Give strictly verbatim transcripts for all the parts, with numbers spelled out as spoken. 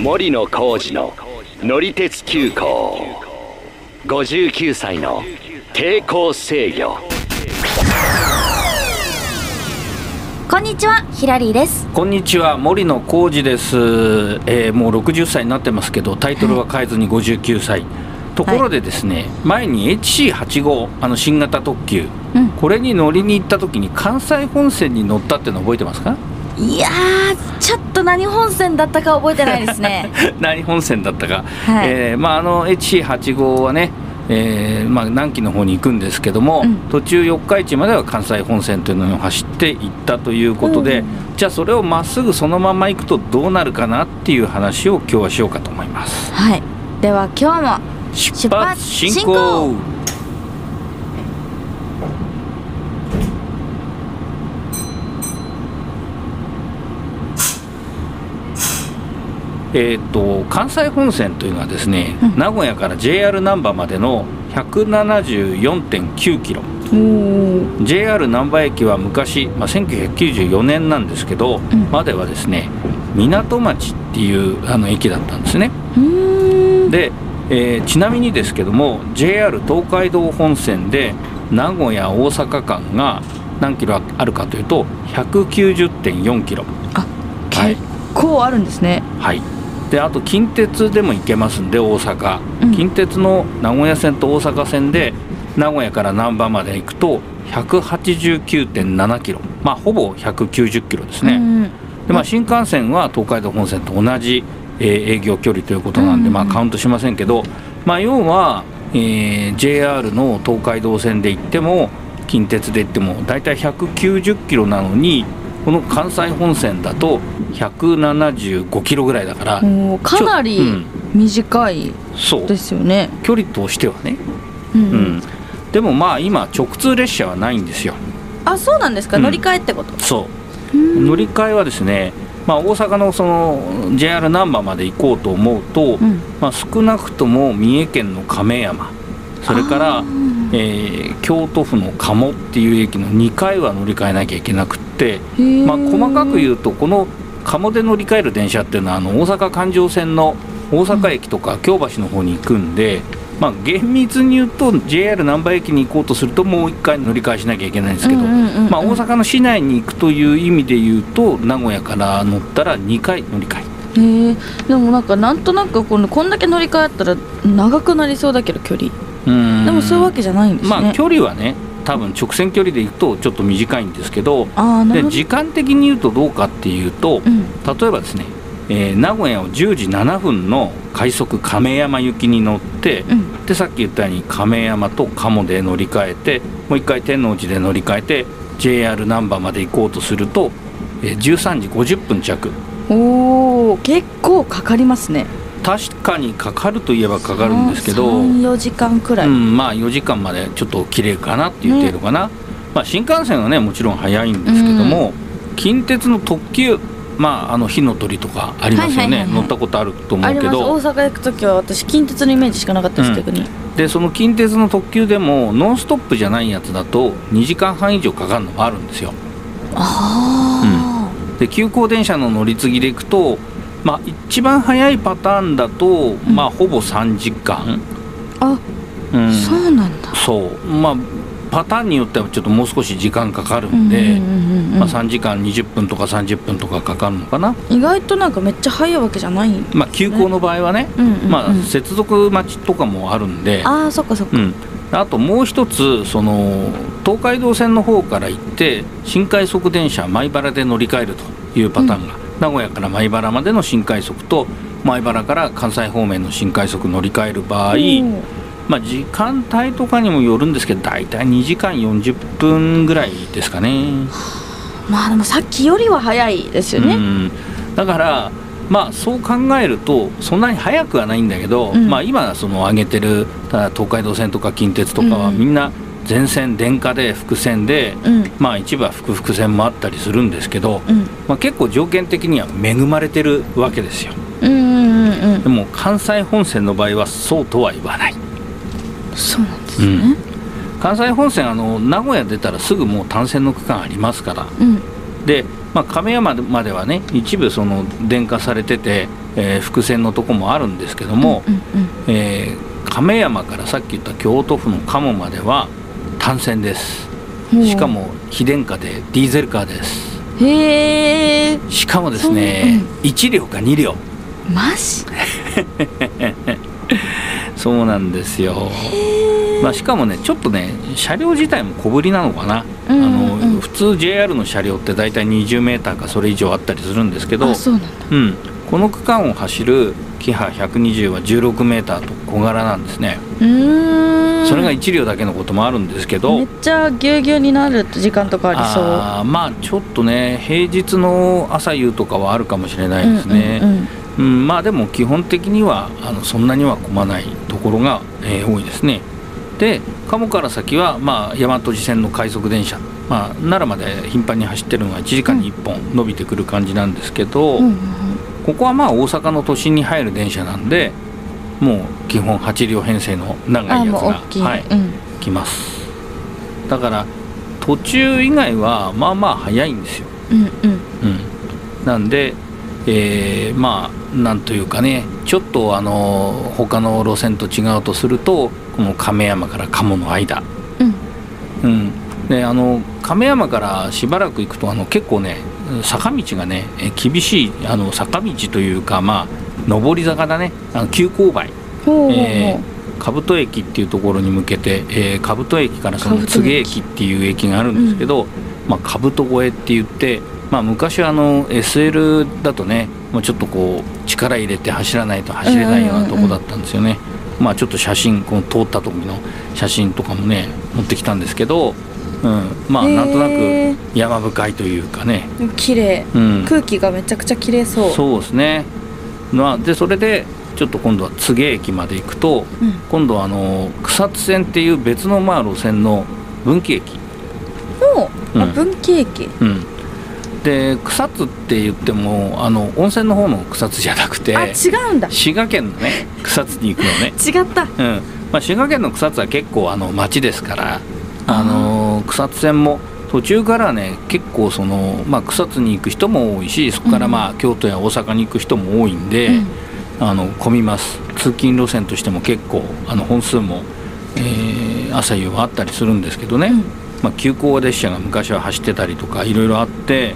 森野浩二の乗り鉄急行。ごじゅうきゅうさいの抵抗制御。 こんにちは、ヒラリーです。 こんにちは、森野浩二です。えー、もうろくじゅっさいになってますけど、タイトルは変えずにごじゅうきゅうさい、はい、ところでですね、はい、前に エイチシーはちじゅうご あの新型特急、うん、これに乗りに行った時に関西本線に乗ったっての覚えてますか？ いやー、ちょっと何本線だったか覚えてないですね。 何本線だったか、 はい、 えーまあ、あの エイチシーはちじゅうご はね、えーまあ、南紀の方に行くんですけども、うん、途中四日市までは関西本線というのを走って行ったということで、うん、じゃあそれをまっすぐそのまま行くとどうなるかなっていう話を今日はしようかと思います。 はい、では今日も出発進行。えー、と関西本線というのはですね、うん、名古屋から ジェイアール 難波までの ひゃくななじゅうよんてんきゅうキロ。 ジェイアール 難波駅は昔、まあ、せんきゅうひゃくきゅうじゅうよねんなんですけど、うん、まではですね港町っていうあの駅だったんですね。で、えー、ちなみにですけども ジェイアール 東海道本線で名古屋大阪間が何キロあるかというと ひゃくきゅうじゅってんよんキロ。 あ、結構あるんですね。 はい、であと近鉄でも行けますんで、大阪、うん、近鉄の名古屋線と大阪線で名古屋から難波まで行くと ひゃくはちじゅうきゅうてんななキロ、まあほぼひゃくきゅうじゅっキロですね。うん、でまあ、新幹線は東海道本線と同じ、えー、営業距離ということなんで、まあ、カウントしませんけど、まあ、要は、えー、ジェイアール の東海道線で行っても近鉄で行ってもだいたいひゃくきゅうじゅっキロなのに、この関西本線だとひゃくななじゅうごキロぐらいだから、 かなり短いですよね、 うん、距離としてはね、うんうん、でもまあ今直通列車はないんですよ。 あ、そうなんですか、うん、乗り換えってこと？ そう乗り換えはですね、まあ、大阪のその ジェイアール 難波まで行こうと思うと、うん、まあ、少なくとも三重県の亀山、それから、えー、京都府の鴨っていう駅のにかいは乗り換えなきゃいけなくって、まあ、細かく言うとこの鴨で乗り換える電車っていうのはあの大阪環状線の大阪駅とか京橋の方に行くんで、まあ、厳密に言うと ジェイアール 難波駅に行こうとするともういっかい乗り換えしなきゃいけないんですけど、まあ、大阪の市内に行くという意味で言うと名古屋から乗ったらにかい乗り換え。 へえ、でもなんかなんとなくこのこんだけ乗り換えあったら長くなりそうだけど距離、うんでもそういうわけじゃないんですね。 まあ、距離はね多分直線距離で行くとちょっと短いんですけど、 あで時間的に言うとどうかっていうと、うん、例えばですね、えー、名古屋をじゅうじななふんの快速亀山行きに乗って、うん、でさっき言ったように亀山と鴨で乗り換えてもう一回天王寺で乗り換えて ジェイアール 難波まで行こうとすると、えー、じゅうさんじごじゅっぷん着。 おー、結構かかりますね。 確かにかかるといえばかかるんですけど、 さん、よじかんくらい、 うん、まあよじかんまでちょっと切れるかなっていう程度かな、ね。まあ、新幹線はねもちろん早いんですけども、うん、近鉄の特急、まあ、あの火の鳥とかありますよね、はいはいはいはい、乗ったことあると思うけど、 大阪行くときは私近鉄のイメージしかなかったです、逆に、うん、 でその近鉄の特急でもノンストップじゃないやつだとにじかんはん以上かかるのもあるんですよ。 あ、 うん、で急行電車の乗り継ぎで行くと、まあ、一番早いパターンだと、うん、まあ、ほぼさんじかん。 あ、うん、そうなんだ。 そう、まあ、パターンによってはちょっともう少し時間かかるんで、まあ、さんじかんにじゅっぷんとかさんじゅっぷんとかかかるのかな。 意外となんかめっちゃ早いわけじゃないんですね。 まあ、急行の場合はね、うんうんうん、まあ、接続待ちとかもあるんで。 ああ、そっかそっか、うん、 あともう一つその東海道線の方から行って新快速電車米原で乗り換えるというパターンが、うん、名古屋から米原までの新快速と米原から関西方面の新快速乗り換える場合、まあ、時間帯とかにもよるんですけどだいたいにじかんよんじゅっぷんぐらいですかね。 まあでもさっきよりは早いですよね。うん、 だからまあそう考えるとそんなに速くはないんだけど、うん、まあ今その上げてる東海道線とか近鉄とかはみんな全線電化で複線で、うん、まあ一部は複々線もあったりするんですけど、うん、まあ、結構条件的には恵まれてるわけですよ。うんうんうんうん、でも関西本線の場合はそうとは言わない。 そうなんですね。うん、 関西本線あの名古屋出たらすぐもう単線の区間ありますから、うん、 で、まあ、亀山まではね一部その電化されてて、えー、伏線のとこもあるんですけども、うんうんうん、えー、亀山からさっき言った京都府の鴨までは単線です。しかも非電化でディーゼルカーです。 へえ。 しかもですね、うん、いち両かに両。 マジそうなんですよ。まあ、しかもねちょっとね車両自体も小ぶりなのかな、うんうんうん、あの普通 ジェイアール の車両ってだいたいにじゅうメーターかそれ以上あったりするんですけど、 あ、そうなんだ、 うん、この区間を走るキハひゃくにじゅうはじゅうろくメーターと小柄なんですね。 うーん、 それがいち両だけのこともあるんですけど、 めっちゃぎゅうぎゅうになる時間とかありそう。 あ、まあちょっとね平日の朝夕とかはあるかもしれないですね、うんうんうんうん、まあでも基本的にはあのそんなには混まないところが、えー、多いですね。で鴨から先は、まあ、大和路線の快速電車、まあ、奈良まで頻繁に走ってるのがいちじかんにいっぽん伸びてくる感じなんですけど、うんうんうん、ここはまあ大阪の都心に入る電車なんでもう基本はち両編成の長いやつが、はい、うん、来ます。だから途中以外はまあまあ早いんですよ、うんうんうん、なんで、えー、まあなんというかねちょっとあの他の路線と違うとするとこの亀山から鴨の間、うんうん、であの亀山からしばらく行くとあの結構ね坂道がね厳しいあの坂道というか、まあ上り坂だね、あの急勾配、えー、兜駅っていうところに向けて、えー、兜駅からその柘植駅っていう駅があるんですけど、うん、まあ、兜越えって言って、まあ、昔はあの エスエル だとねもうちょっとこう力入れて走らないと走れないようなとこだったんですよね、うんうんうん、まあ、ちょっと写真この通った時の写真とかもね持ってきたんですけど、うん、まあなんとなく山深いというかね綺麗、うん、空気がめちゃくちゃ綺麗そう。 そうですね。まあ、でそれでちょっと今度は柘植駅まで行くと、うん、今度はあの草津線っていう別のまあ路線の分岐駅。 お、うん、あ、分岐駅、 うん、で草津って言ってもあの温泉の方の草津じゃなくて、 あ、違うんだ、 滋賀県のね草津に行くのね違った、うん、 まあ、滋賀県の草津は結構あの町ですから、あの草津線も途中からね結構その、まあ、草津に行く人も多いしそこからまあ京都や大阪に行く人も多いんで、うん、あの混みます。通勤路線としても結構あの本数も、えー、朝夕はあったりするんですけどね、うん、まあ、急行列車が昔は走ってたりとかいろいろあって、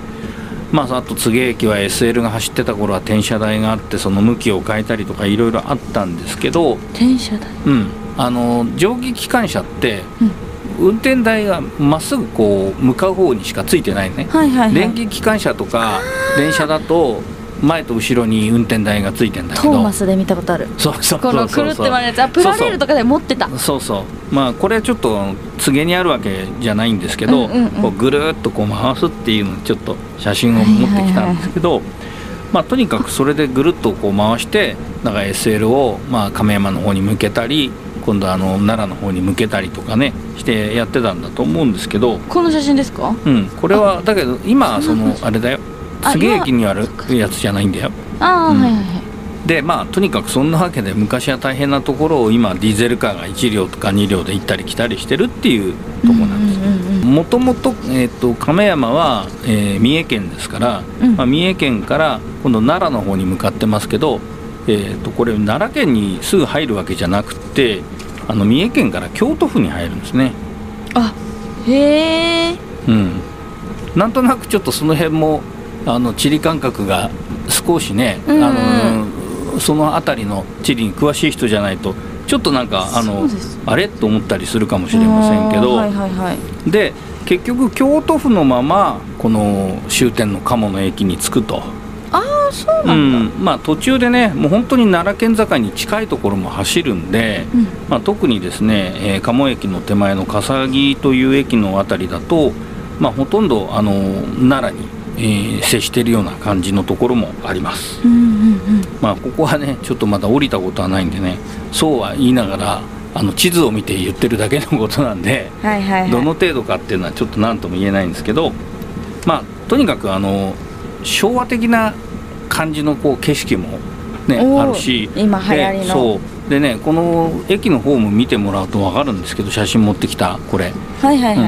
まあ、あと柘植駅は エスエル が走ってた頃は転車台があってその向きを変えたりとかいろいろあったんですけど、 転車台、 うん、あの蒸気機関車って、うん、運転台がまっすぐこう向かう方にしかついてないね、はいはいはい、電気機関車とか電車だと前と後ろに運転台がついてんだけど、 トーマスで見たことある。 そうそうそうそう、 このくるって回るやつ、あ、プラレールとかで持ってた。 そうそう、まあこれちょっと柘植にあるわけじゃないんですけど、うんうんうん、こうぐるっとこう回すっていうのちょっと写真を持ってきたんですけど、はいはいはい、まあ、とにかくそれでぐるっとこう回してだから エスエル をまあ亀山の方に向けたり今度あの奈良の方に向けたりとかねしてやってたんだと思うんですけど、 この写真ですか？ うん、これはだけど今そのあれだよ、柘植駅にあるやつじゃないんだよ。 あ、うん、はいはいはい。でまあとにかくそんなわけで昔は大変なところを今ディーゼルカーがいち両とかに両で行ったり来たりしてるっていうところなんです。もともと亀山は、えー、三重県ですから、うん、まあ、三重県から今度奈良の方に向かってますけど、えー、とこれ奈良県にすぐ入るわけじゃなくてあの三重県から京都府に入るんですね。 あ、へえ、 うん、なんとなくちょっとその辺もあの地理感覚が少しね、うんうん、あのその辺りの地理に詳しい人じゃないとちょっとなんかあのあれと思ったりするかもしれませんけど、 はいはいはい、 で結局京都府のままこの終点の鴨の駅に着くと。 ああ、そうなんだ、 うん、まあ、途中でねもう本当に奈良県境に近いところも走るんで、うん、まあ、特にですね、えー、鴨駅の手前の笠木という駅のあたりだと、まあ、ほとんどあの奈良にえー、接しているような感じのところもあります、うんうんうん、まあ、ここはねちょっとまだ降りたことはないんでねそうは言いながらあの地図を見て言ってるだけのことなんで、はいはいはい、どの程度かっていうのはちょっと何とも言えないんですけど、まあ、とにかくあの昭和的な感じのこう景色も、ね、あるし今流行りので、そうでねこの駅のホーム見てもらうと分かるんですけど写真持ってきたこれ、 はいはいはい、 うん、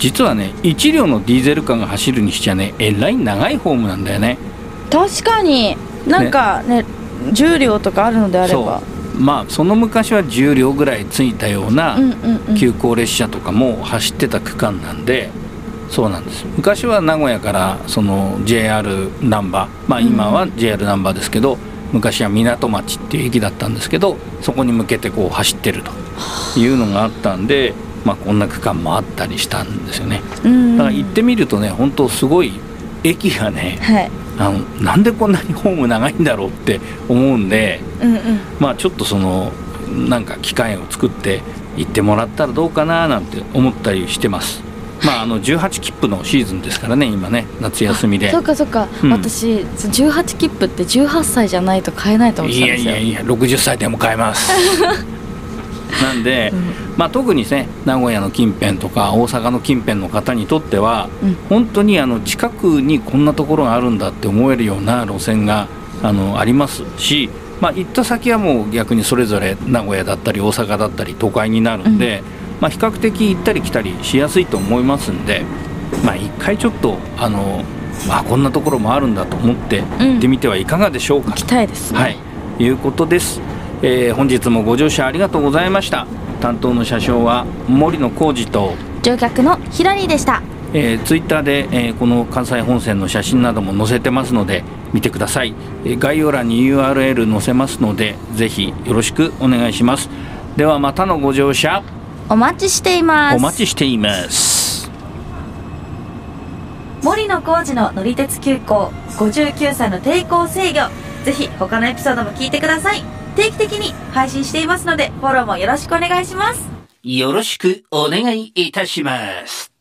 実はねいち両のディーゼルカーが走るにしちゃねえらい長いホームなんだよね。 確かになんか ね, ねじゅう両とかあるのであれば、 まあその昔はじゅう両ぐらいついたような急行列車とかも走ってた区間なんで、そうなんです。昔は名古屋からその ジェイアール 難波、まあ今は ジェイアール 難波ですけど、昔は港町っていう駅だったんですけど、そこに向けてこう走ってるというのがあったんで、まあこんな区間もあったりしたんですよね。だから行ってみるとね、本当すごい駅がね、はい、あのなんでこんなにホーム長いんだろうって思うんで、うんうん、まあちょっとそのなんか機会を作って行ってもらったらどうかななんて思ったりしてます。まああのじゅうはち切符のシーズンですからね今ね、夏休みで。 そうかそうか、うん、私じゅうはち切符ってじゅうはっさいじゃないと買えないと思ってたんですよ。 いやいやいやろくじゅっさいでも買えますなんで、うん、まあ特にね名古屋の近辺とか大阪の近辺の方にとっては、うん、本当にあの近くにこんなところがあるんだって思えるような路線が あのありますし、まあ行った先はもう逆にそれぞれ名古屋だったり大阪だったり都会になるんで、うん、まあ、比較的行ったり来たりしやすいと思いますんで、まあ、一回ちょっとあの、まあ、こんなところもあるんだと思って行ってみてはいかがでしょうか、うん、 行きたいですね、 はい、いうことです。えー、本日もご乗車ありがとうございました。担当の車掌は森野浩二と乗客のヒラリーでした。 えー、ツイッターで、えー、この関西本線の写真なども載せてますので見てください。えー、概要欄に ユーアールエル 載せますのでぜひよろしくお願いします。ではまたのご乗車お待ちしています。 お待ちしています。 森野浩二の乗り鉄急行、ごじゅうきゅうさいの抵抗制御、ぜひ他のエピソードも聞いてください。定期的に配信していますのでフォローもよろしくお願いします。 よろしくお願いいたします。